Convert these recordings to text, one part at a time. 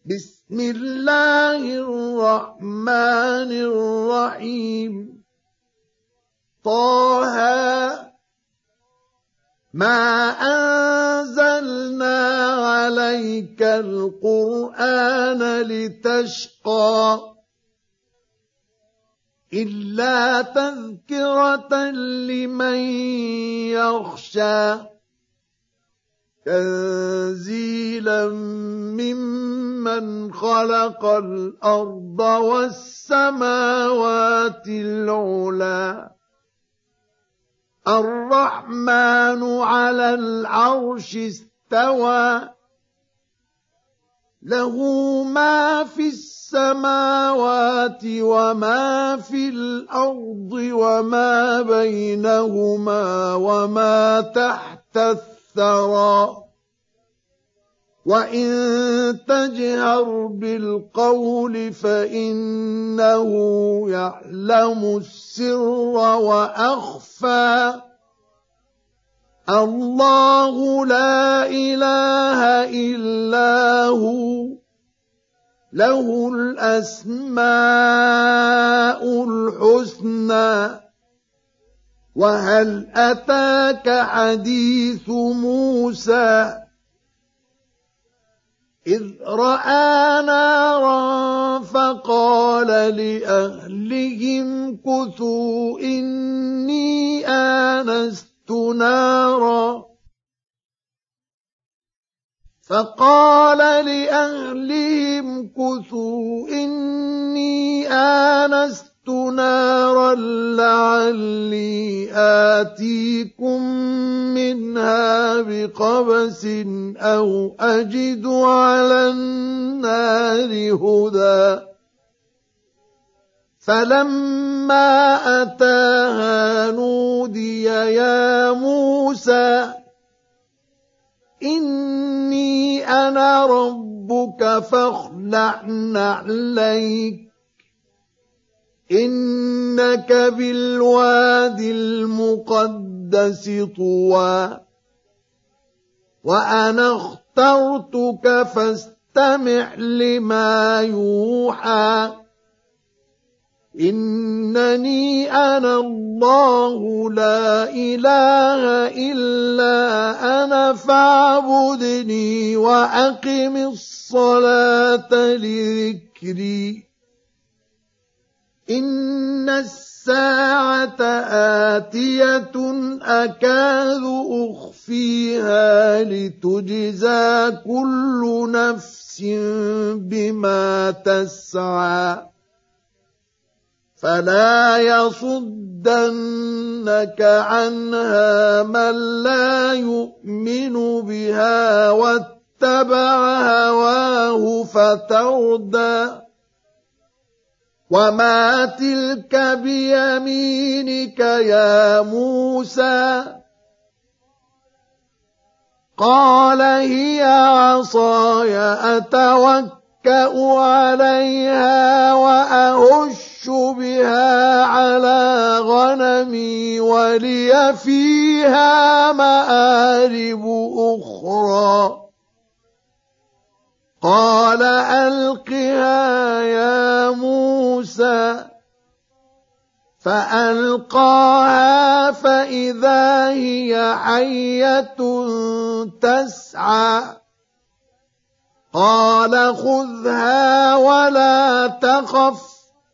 بسم الله الرحمن الرحيم طه ما أنزلنا عليك القرآن لتشقى إلا تذكرة لمن يخشى تنزيلا ممن خلق الأرض والسماوات العلى الرحمن على العرش استوى له ما في السماوات وما في الأرض وما بينهما وما تحت الثرى وإن تجهر بالقول فإنه يعلم السر وأخفى الله لا إله إلا هو له الأسماء الحسنى وهل أتاك حديث موسى إذ رأى نارا فقال لأهلهم كثوا إني آنست نارا لعلي آتيكم منها بقبس أو أجد على النار هدى فلما أتاها نودي يا موسى إني أنا ربك فاخلع نعليك إنك بالوادي المقدس طوى وأنا اخترتك فاستمع لما يوحى إنني أنا الله لا إله إلا أنا فاعبدني وأقم الصلاة لذكري إن الساعة آتية أكاد أخفيها لتجزى كل نفس بما تسعى فلا يصدنك عنها من لا يؤمن بها واتبع هواه فتردى وما تلك بيمينك يا موسى قال هي عصاي أتوكأ عليها وأهش بها على غنمي ولي فيها مآرب أخرى قال ألقها يا موسى فألقاها فإذا هي حية تسعى قال خذها ولا تخف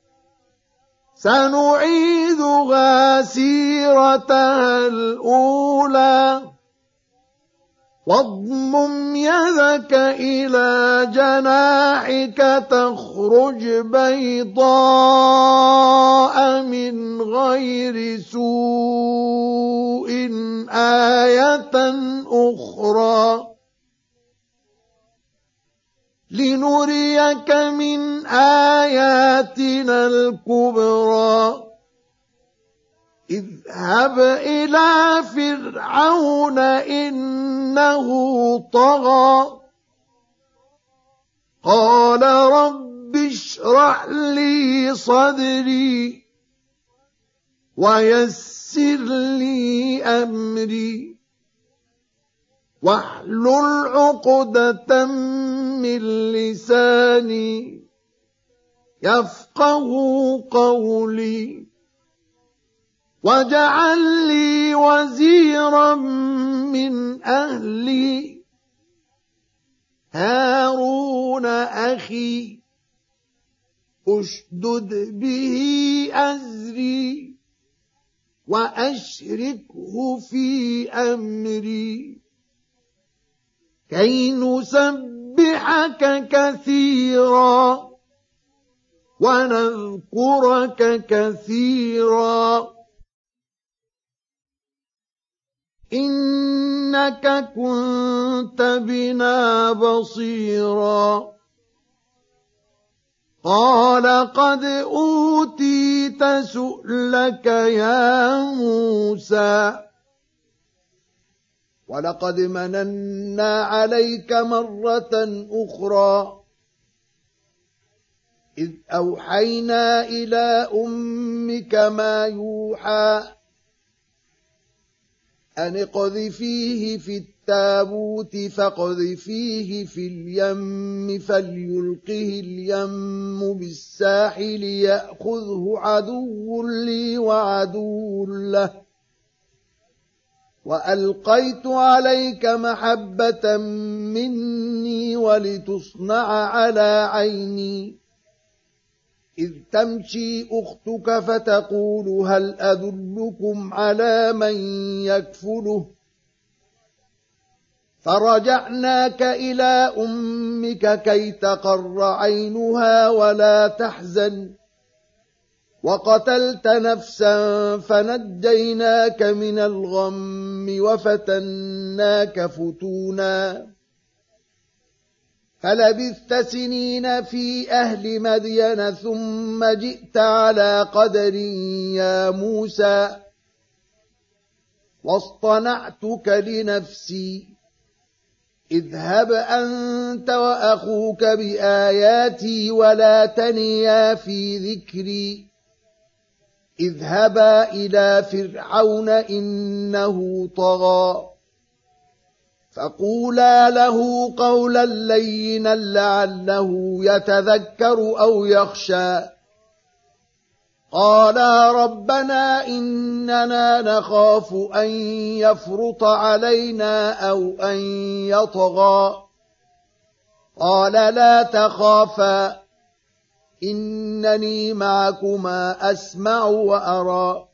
سنعيدها سيرتها الأولى واضمم يدك إلى جناحك تخرج بيضاء من غير سوء آية أخرى لنريك من آياتنا الكبرى اذهب إلى فرعون إنه طغى قال رب اشرح لي صدري ويسر لي أمري واحلل عقدة من لساني يفقه قولي واجعل لي وزيرا من أهلي هارون أخي أشدد به أزري وأشركه في أمري كي نسبحك كثيرا ونذكرك كثيرا إنك كنت بنا بصيرا قال قد أوتيت سؤلك يا موسى ولقد مننا عليك مرة أخرى إذ أوحينا إلى أمك ما يوحى أن اقذفيه في التابوت فاقذفيه في اليم فليلقه اليم بالساحل يأخذه عدو لي وعدو له وألقيت عليك محبة مني ولتصنع على عيني إذ تمشي أختك فتقول هل أدلكم على من يكفله فرجعناك إلى أمك كي تقر عينها ولا تحزن وقتلت نفسا فنجيناك من الغم وفتناك فتونا فلبثت سنين في أهل مدين ثم جئت على قدر يا موسى واصطنعتك لنفسي اذهب أنت وأخوك بآياتي ولا تنيا في ذكري اذهبا إلى فرعون إنه طغى فقولا له قولا لينا لعله يتذكر أو يخشى قالا ربنا إننا نخاف أن يفرط علينا أو أن يطغى قال لا تخافا إنني معكما أسمع وأرى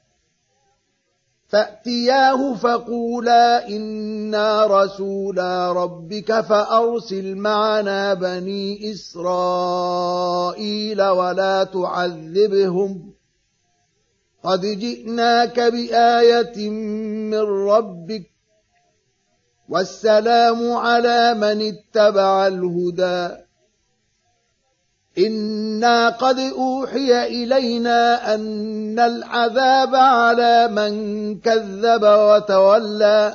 فأتياه فقولا إنا رسولا ربك فأرسل معنا بني إسرائيل ولا تعذبهم قد جئناك بآية من ربك والسلام على من اتبع الهدى إنا قد أوحي إلينا أن العذاب على من كذب وتولى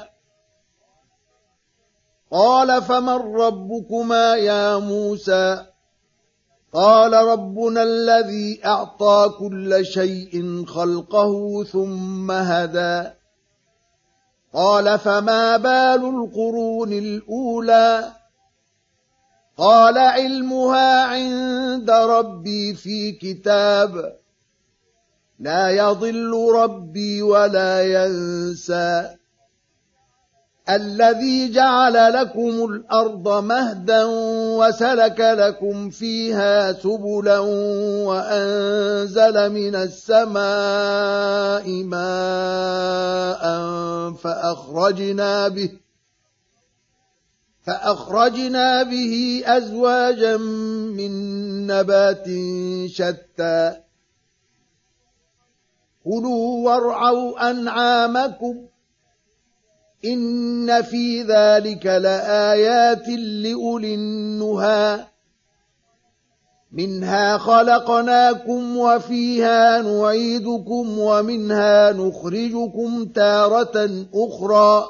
قال فمن ربكما يا موسى قال ربنا الذي أعطى كل شيء خلقه ثم هدى قال فما بال القرون الأولى قال علمها عند ربي في كتاب لا يضل ربي ولا ينسى الذي جعل لكم الأرض مهدا وسلك لكم فيها سبلا وأنزل من السماء ماء فأخرجنا به أزواجا من نبات شتى كلوا وارعوا أنعامكم إن في ذلك لآيات لأولي النهى منها خلقناكم وفيها نعيدكم ومنها نخرجكم تارة أخرى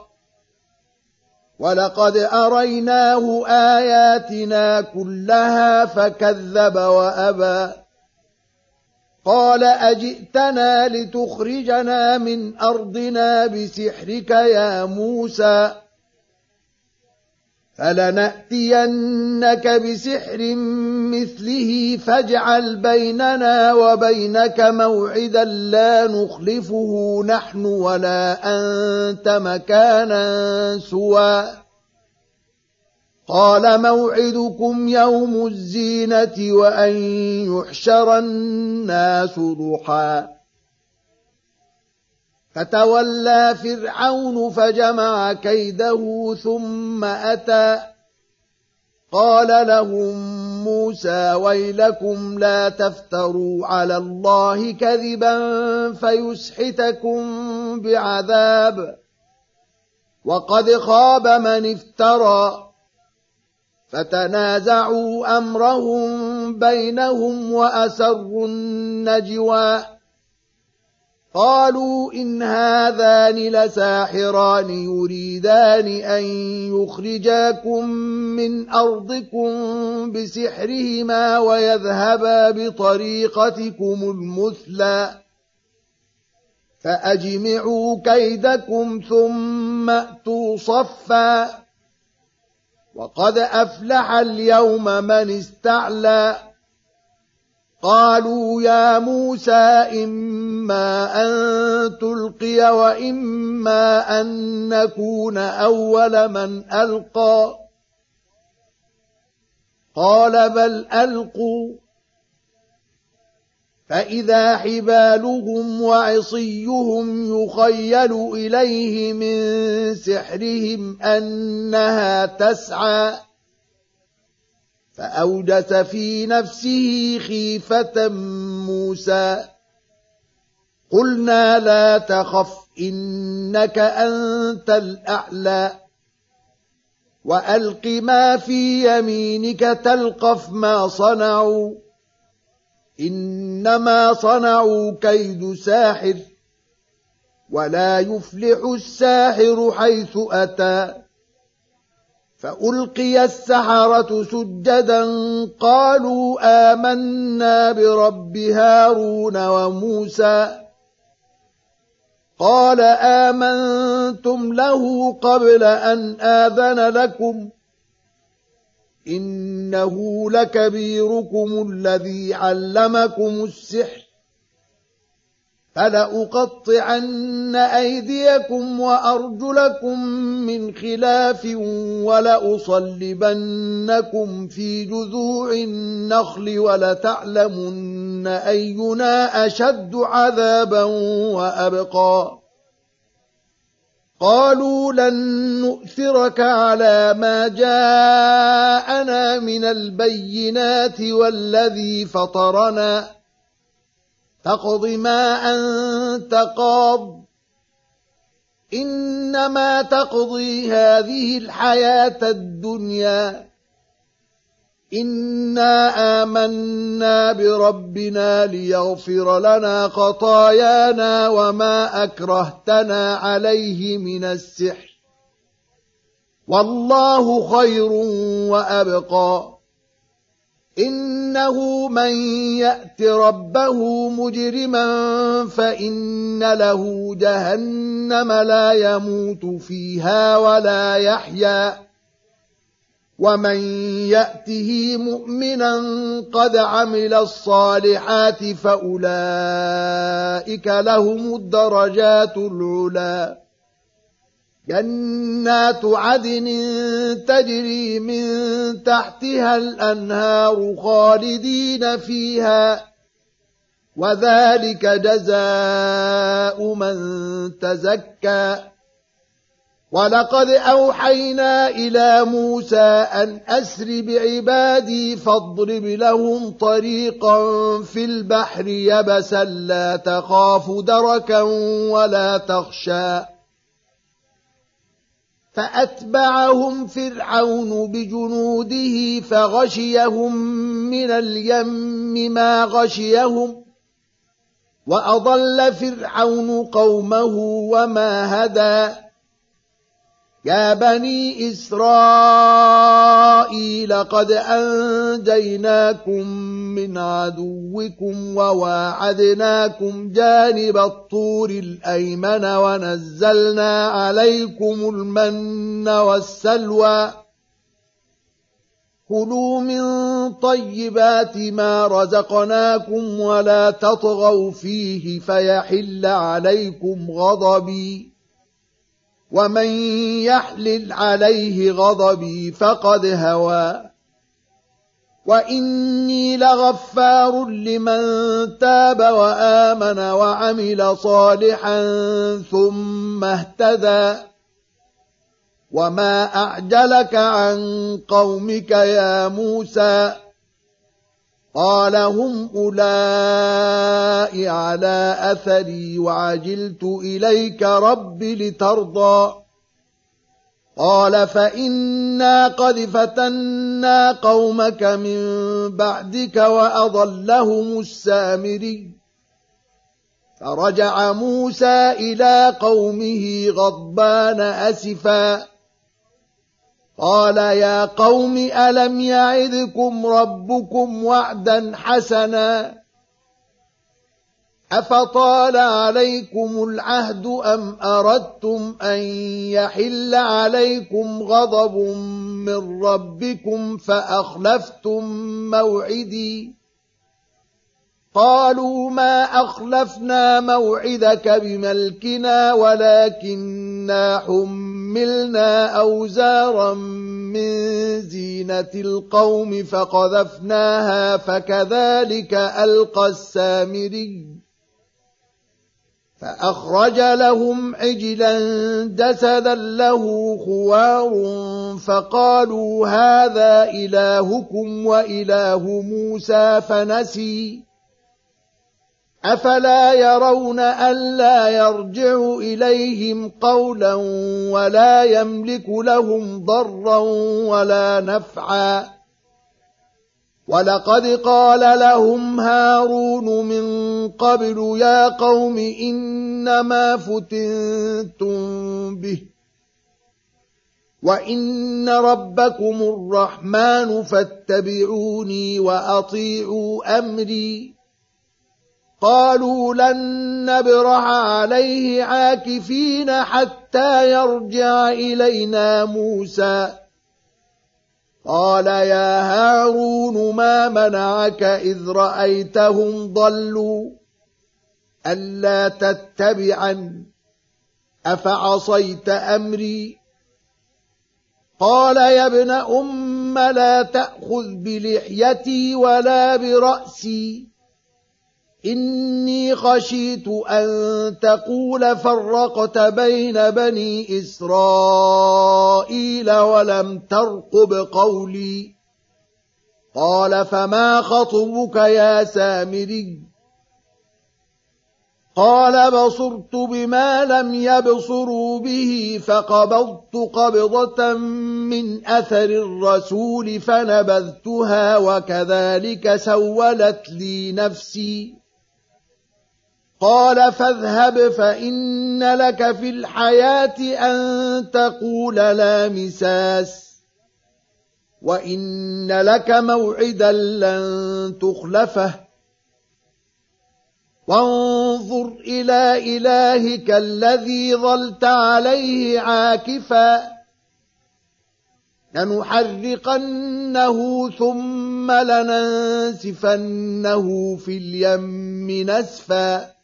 ولقد أريناه آياتنا كلها فكذب وأبى قال أجئتنا لتخرجنا من أرضنا بسحرك يا موسى فلنأتينك بسحر مثله فاجعل بيننا وبينك موعدا لا نخلفه نحن ولا أنت مكانا سوى قال موعدكم يوم الزينة وأن يحشر الناس ضحى فتولى فرعون فجمع كيده ثم أتى قال لهم موسى ويلكم لا تفتروا على الله كذبا فيسحتكم بعذاب وقد خاب من افترى فتنازعوا أمرهم بينهم وأسروا النجوى قالوا إن هذان لساحران يريدان أن يخرجاكم من أرضكم بسحرهما ويذهبا بطريقتكم المثلى فأجمعوا كيدكم ثم أتوا صفا وقد أفلح اليوم من استعلى قالوا يا موسى إما أن تلقي وإما أن نكون أول من ألقى قال بل ألقوا فإذا حبالهم وعصيهم يخيل إليه من سحرهم أنها تسعى فأوجس في نفسه خيفة موسى قلنا لا تخف إنك أنت الأعلى وألق ما في يمينك تلقف ما صنعوا إنما صنعوا كيد ساحر ولا يفلح الساحر حيث أتى فألقي السحرة سجدا قالوا آمنا برب هارون وموسى قال آمنتم له قبل أن آذن لكم إنه لكبيركم الذي علمكم السحر فلأقطعن أيديكم وأرجلكم من خلاف ولأصلبنكم في جذوع النخل ولتعلمن أينا أشد عذابا وأبقى قالوا لن نؤثرك على ما جاءنا من البينات والذي فطرنا فاقض ما أنت قاض إنما تقضي هذه الحياة الدنيا إنا آمنا بربنا ليغفر لنا خطايانا وما أكرهتنا عليه من السحر والله خير وأبقى إنه من يأت ربه مجرما فإن له جهنم لا يموت فيها ولا يحيا ومن يأته مؤمنا قد عمل الصالحات فأولئك لهم الدرجات العلى جنات عدن تجري من تحتها الأنهار خالدين فيها وذلك جزاء من تزكى ولقد أوحينا إلى موسى أن أسر بعبادي فاضرب لهم طريقا في البحر يبسا لا تخاف دركا ولا تخشى فأتبعهم فرعون بجنوده فغشيهم من اليم ما غشيهم وأضل فرعون قومه وما هدى يا بني إسرائيل قد أنجيناكم من عدوكم وواعدناكم جانب الطور الأيمن ونزلنا عليكم المن والسلوى كلوا من طيبات ما رزقناكم ولا تطغوا فيه فيحل عليكم غضبي ومن يحلل عليه غضبي فقد هوى وإني لغفار لمن تاب وآمن وعمل صالحا ثم اهتدى وما أعجلك عن قومك يا موسى قال هم أولئك على أثري وعجلت إليك رب لترضى قال فإنا قد فتنا قومك من بعدك وأضلهم السامري فرجع موسى إلى قومه غضبان أسفا قال يا قوم ألم يعدكم ربكم وعدا حسنا أفطال عليكم العهد أم أردتم أن يحل عليكم غضب من ربكم فأخلفتم موعدي قالوا ما أخلفنا موعدك بملكنا ولكننا حملنا أوزارا من زينة القوم فقذفناها فكذلك ألقى السامري فأخرج لهم عجلا جسدا له خوار فقالوا هذا إلهكم وإله موسى فنسي أفلا يرون ألا يرجع إليهم قولا ولا يملك لهم ضرا ولا نفعا ولقد قال لهم هارون من قبل يا قوم إنما فتنتم به وإن ربكم الرحمن فاتبعوني وأطيعوا أمري قالوا لن نبرح عليه عاكفين حتى يرجع إلينا موسى قال يا هارون ما منعك إذ رأيتهم ضلوا ألا تتبعن أفعصيت أمري قال يا ابن أم لا تأخذ بلحيتي ولا برأسي إني خشيت أن تقول فرقت بين بني إسرائيل ولم ترقب قولي قال فما خطبك يا سامري قال بصرت بما لم يبصروا به فقبضت قبضة من أثر الرسول فنبذتها وكذلك سولت لي نفسي قال فاذهب فإن لك في الحياة أن تقول لا مساس وإن لك موعدا لن تخلفه وانظر إلى إلهك الذي ظلت عليه عاكفا لنحرقنه ثم لننسفنه في اليم نسفا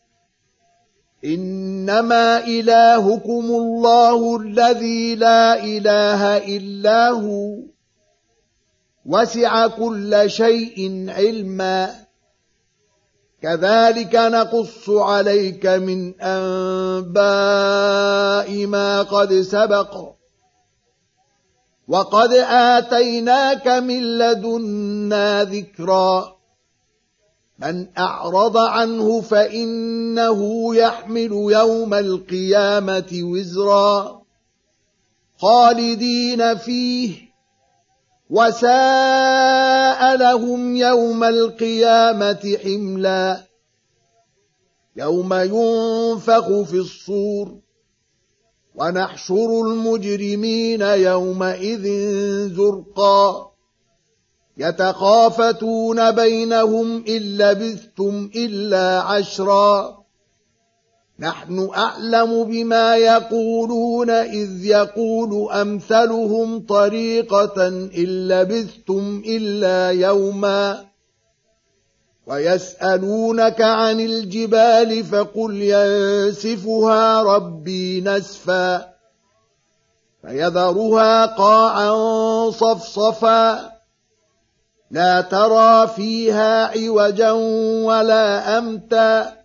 إنما إلهكم الله الذي لا إله إلا هو وسع كل شيء علما كذلك نقص عليك من أنباء ما قد سبق وقد آتيناك من لدنا ذكرا من أعرض عنه فإنه يحمل يوم القيامة وزرا خالدين فيه وساء لهم يوم القيامة حملا يوم ينفخ في الصور ونحشر المجرمين يومئذ زرقا يتخافتون بينهم إن لبثتم إلا عشرا نحن أعلم بما يقولون إذ يقول أمثلهم طريقة إن لبثتم إلا يوما ويسألونك عن الجبال فقل ينسفها ربي نسفا فيذرها قاعا صفصفا لا ترى فيها عوجا ولا أمتا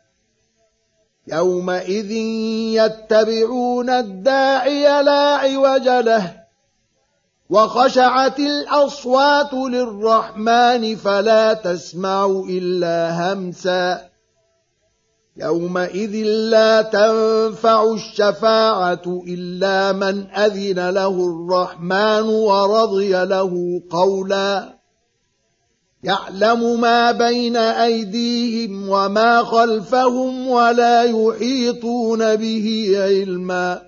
يومئذ يتبعون الداعي لا عوج له وخشعت الأصوات للرحمن فلا تسمع إلا همسا يومئذ لا تنفع الشفاعة إلا من أذن له الرحمن ورضي له قولا يعلم ما بين أيديهم وما خلفهم ولا يحيطون به علما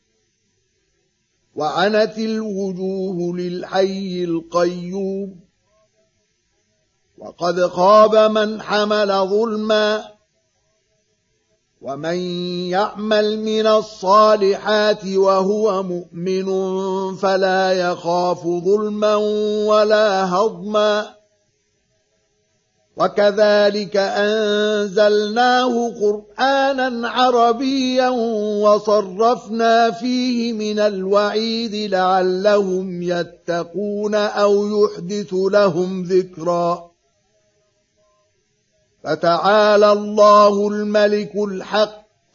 وعنت الوجوه للحي القيوم وقد خاب من حمل ظلما ومن يعمل من الصالحات وهو مؤمن فلا يخاف ظلما ولا هضما وكذلك أنزلناه قرآنا عربيا وصرفنا فيه من الوعيد لعلهم يتقون أو يحدث لهم ذكرا فتعالى الله الملك الحق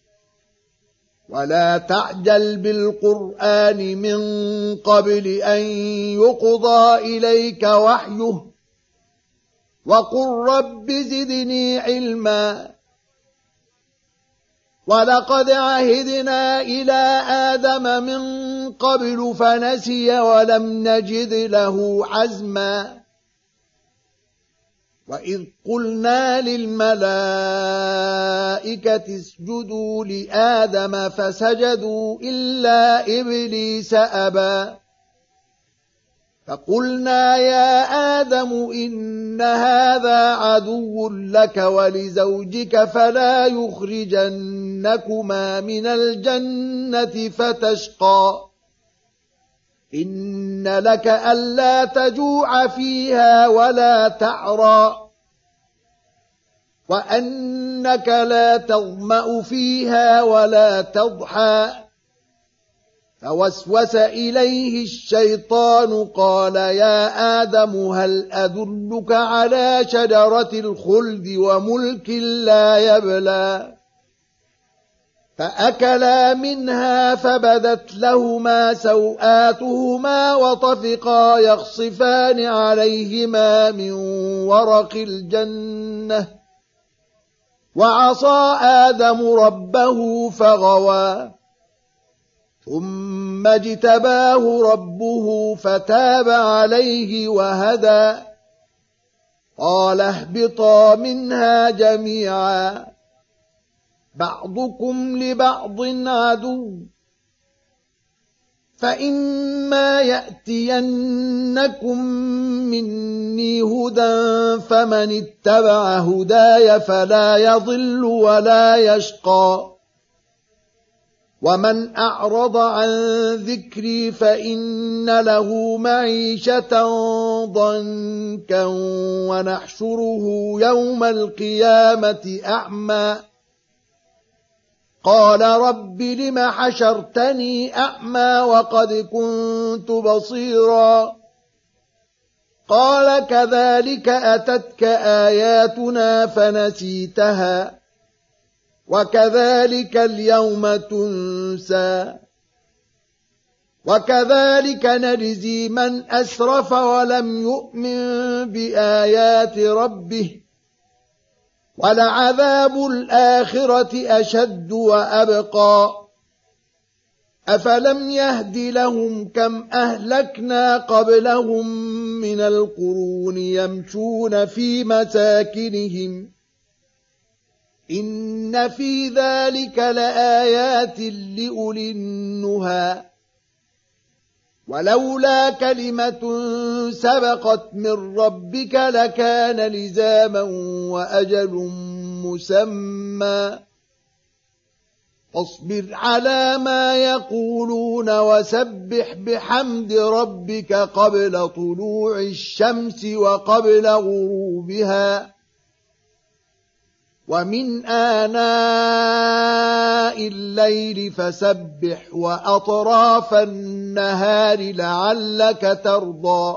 ولا تعجل بالقرآن من قبل أن يقضى إليك وحيه وقل رب زدني علما ولقد عهدنا إلى آدم من قبل فنسي ولم نجد له عزما وإذ قلنا للملائكة اسجدوا لآدم فسجدوا إلا إبليس أبى فقلنا يا آدم إن هذا عدو لك ولزوجك فلا يخرجنكما من الجنة فتشقى إن لك ألا تجوع فيها ولا تعرى وأنك لا تظمأ فيها ولا تضحى فوسوس إليه الشيطان قال يا آدم هل أدلك على شجرة الخلد وملك لا يبلى فأكلا منها فبدت لهما سوآتهما وطفقا يخصفان عليهما من ورق الجنة وعصى آدم ربه فغوى ثم اجتباه ربه فتاب عليه وهدى قال اهبطا منها جميعا بعضكم لبعض عدو فإما يأتينكم مني هدى فمن اتبع هداي فلا يضل ولا يشقى ومن أعرض عن ذكري فإن له معيشة ضنكا ونحشره يوم القيامة أعمى قال رب لم حشرتني أعمى وقد كنت بصيرا قال كذلك أتتك آياتنا فنسيتها وكذلك اليوم تنسى وكذلك نجزي من أسرف ولم يؤمن بآيات ربه ولعذاب الآخرة أشد وأبقى أفلم يهد لهم كم أهلكنا قبلهم من القرون يمشون في مساكنهم إن في ذلك لآيات لأولي النهى ولولا كلمة سبقت من ربك لكان لزاما وأجل مسمى فاصبر على ما يقولون وسبح بحمد ربك قبل طلوع الشمس وقبل غروبها ومن آناء الليل فسبح وأطراف النهار لعلك ترضى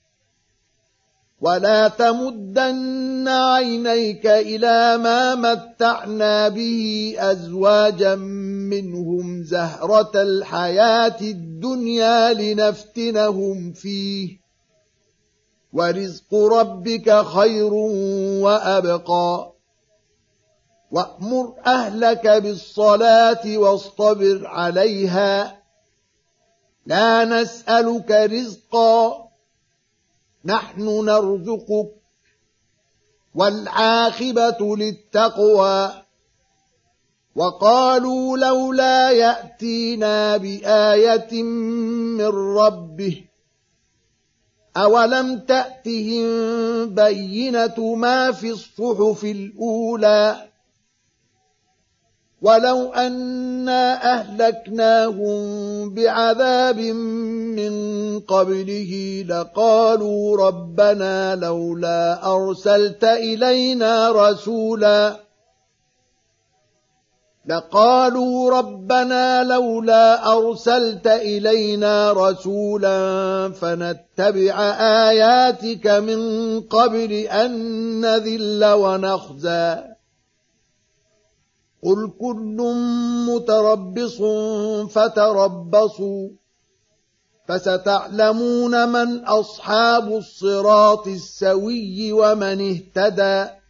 ولا تمدن عينيك إلى ما متعنا به أزواجا منهم زهرة الحياة الدنيا لنفتنهم فيه ورزق ربك خير وأبقى وأمر أهلك بالصلاة واصطبر عليها لا نسألك رزقا نحن نرزقك والعاقبة للتقوى وقالوا لولا يأتينا بآية من ربه أولم تأتهم بينة ما في الصحف الأولى ولو أنا أهلكناهم بعذاب من قبله لقالوا ربنا لولا أرسلت إلينا رسولا فنتبع آياتك من قبل أن نذل ونخزى قل كل متربص فتربصوا فستعلمون من أصحاب الصراط السوي ومن اهتدى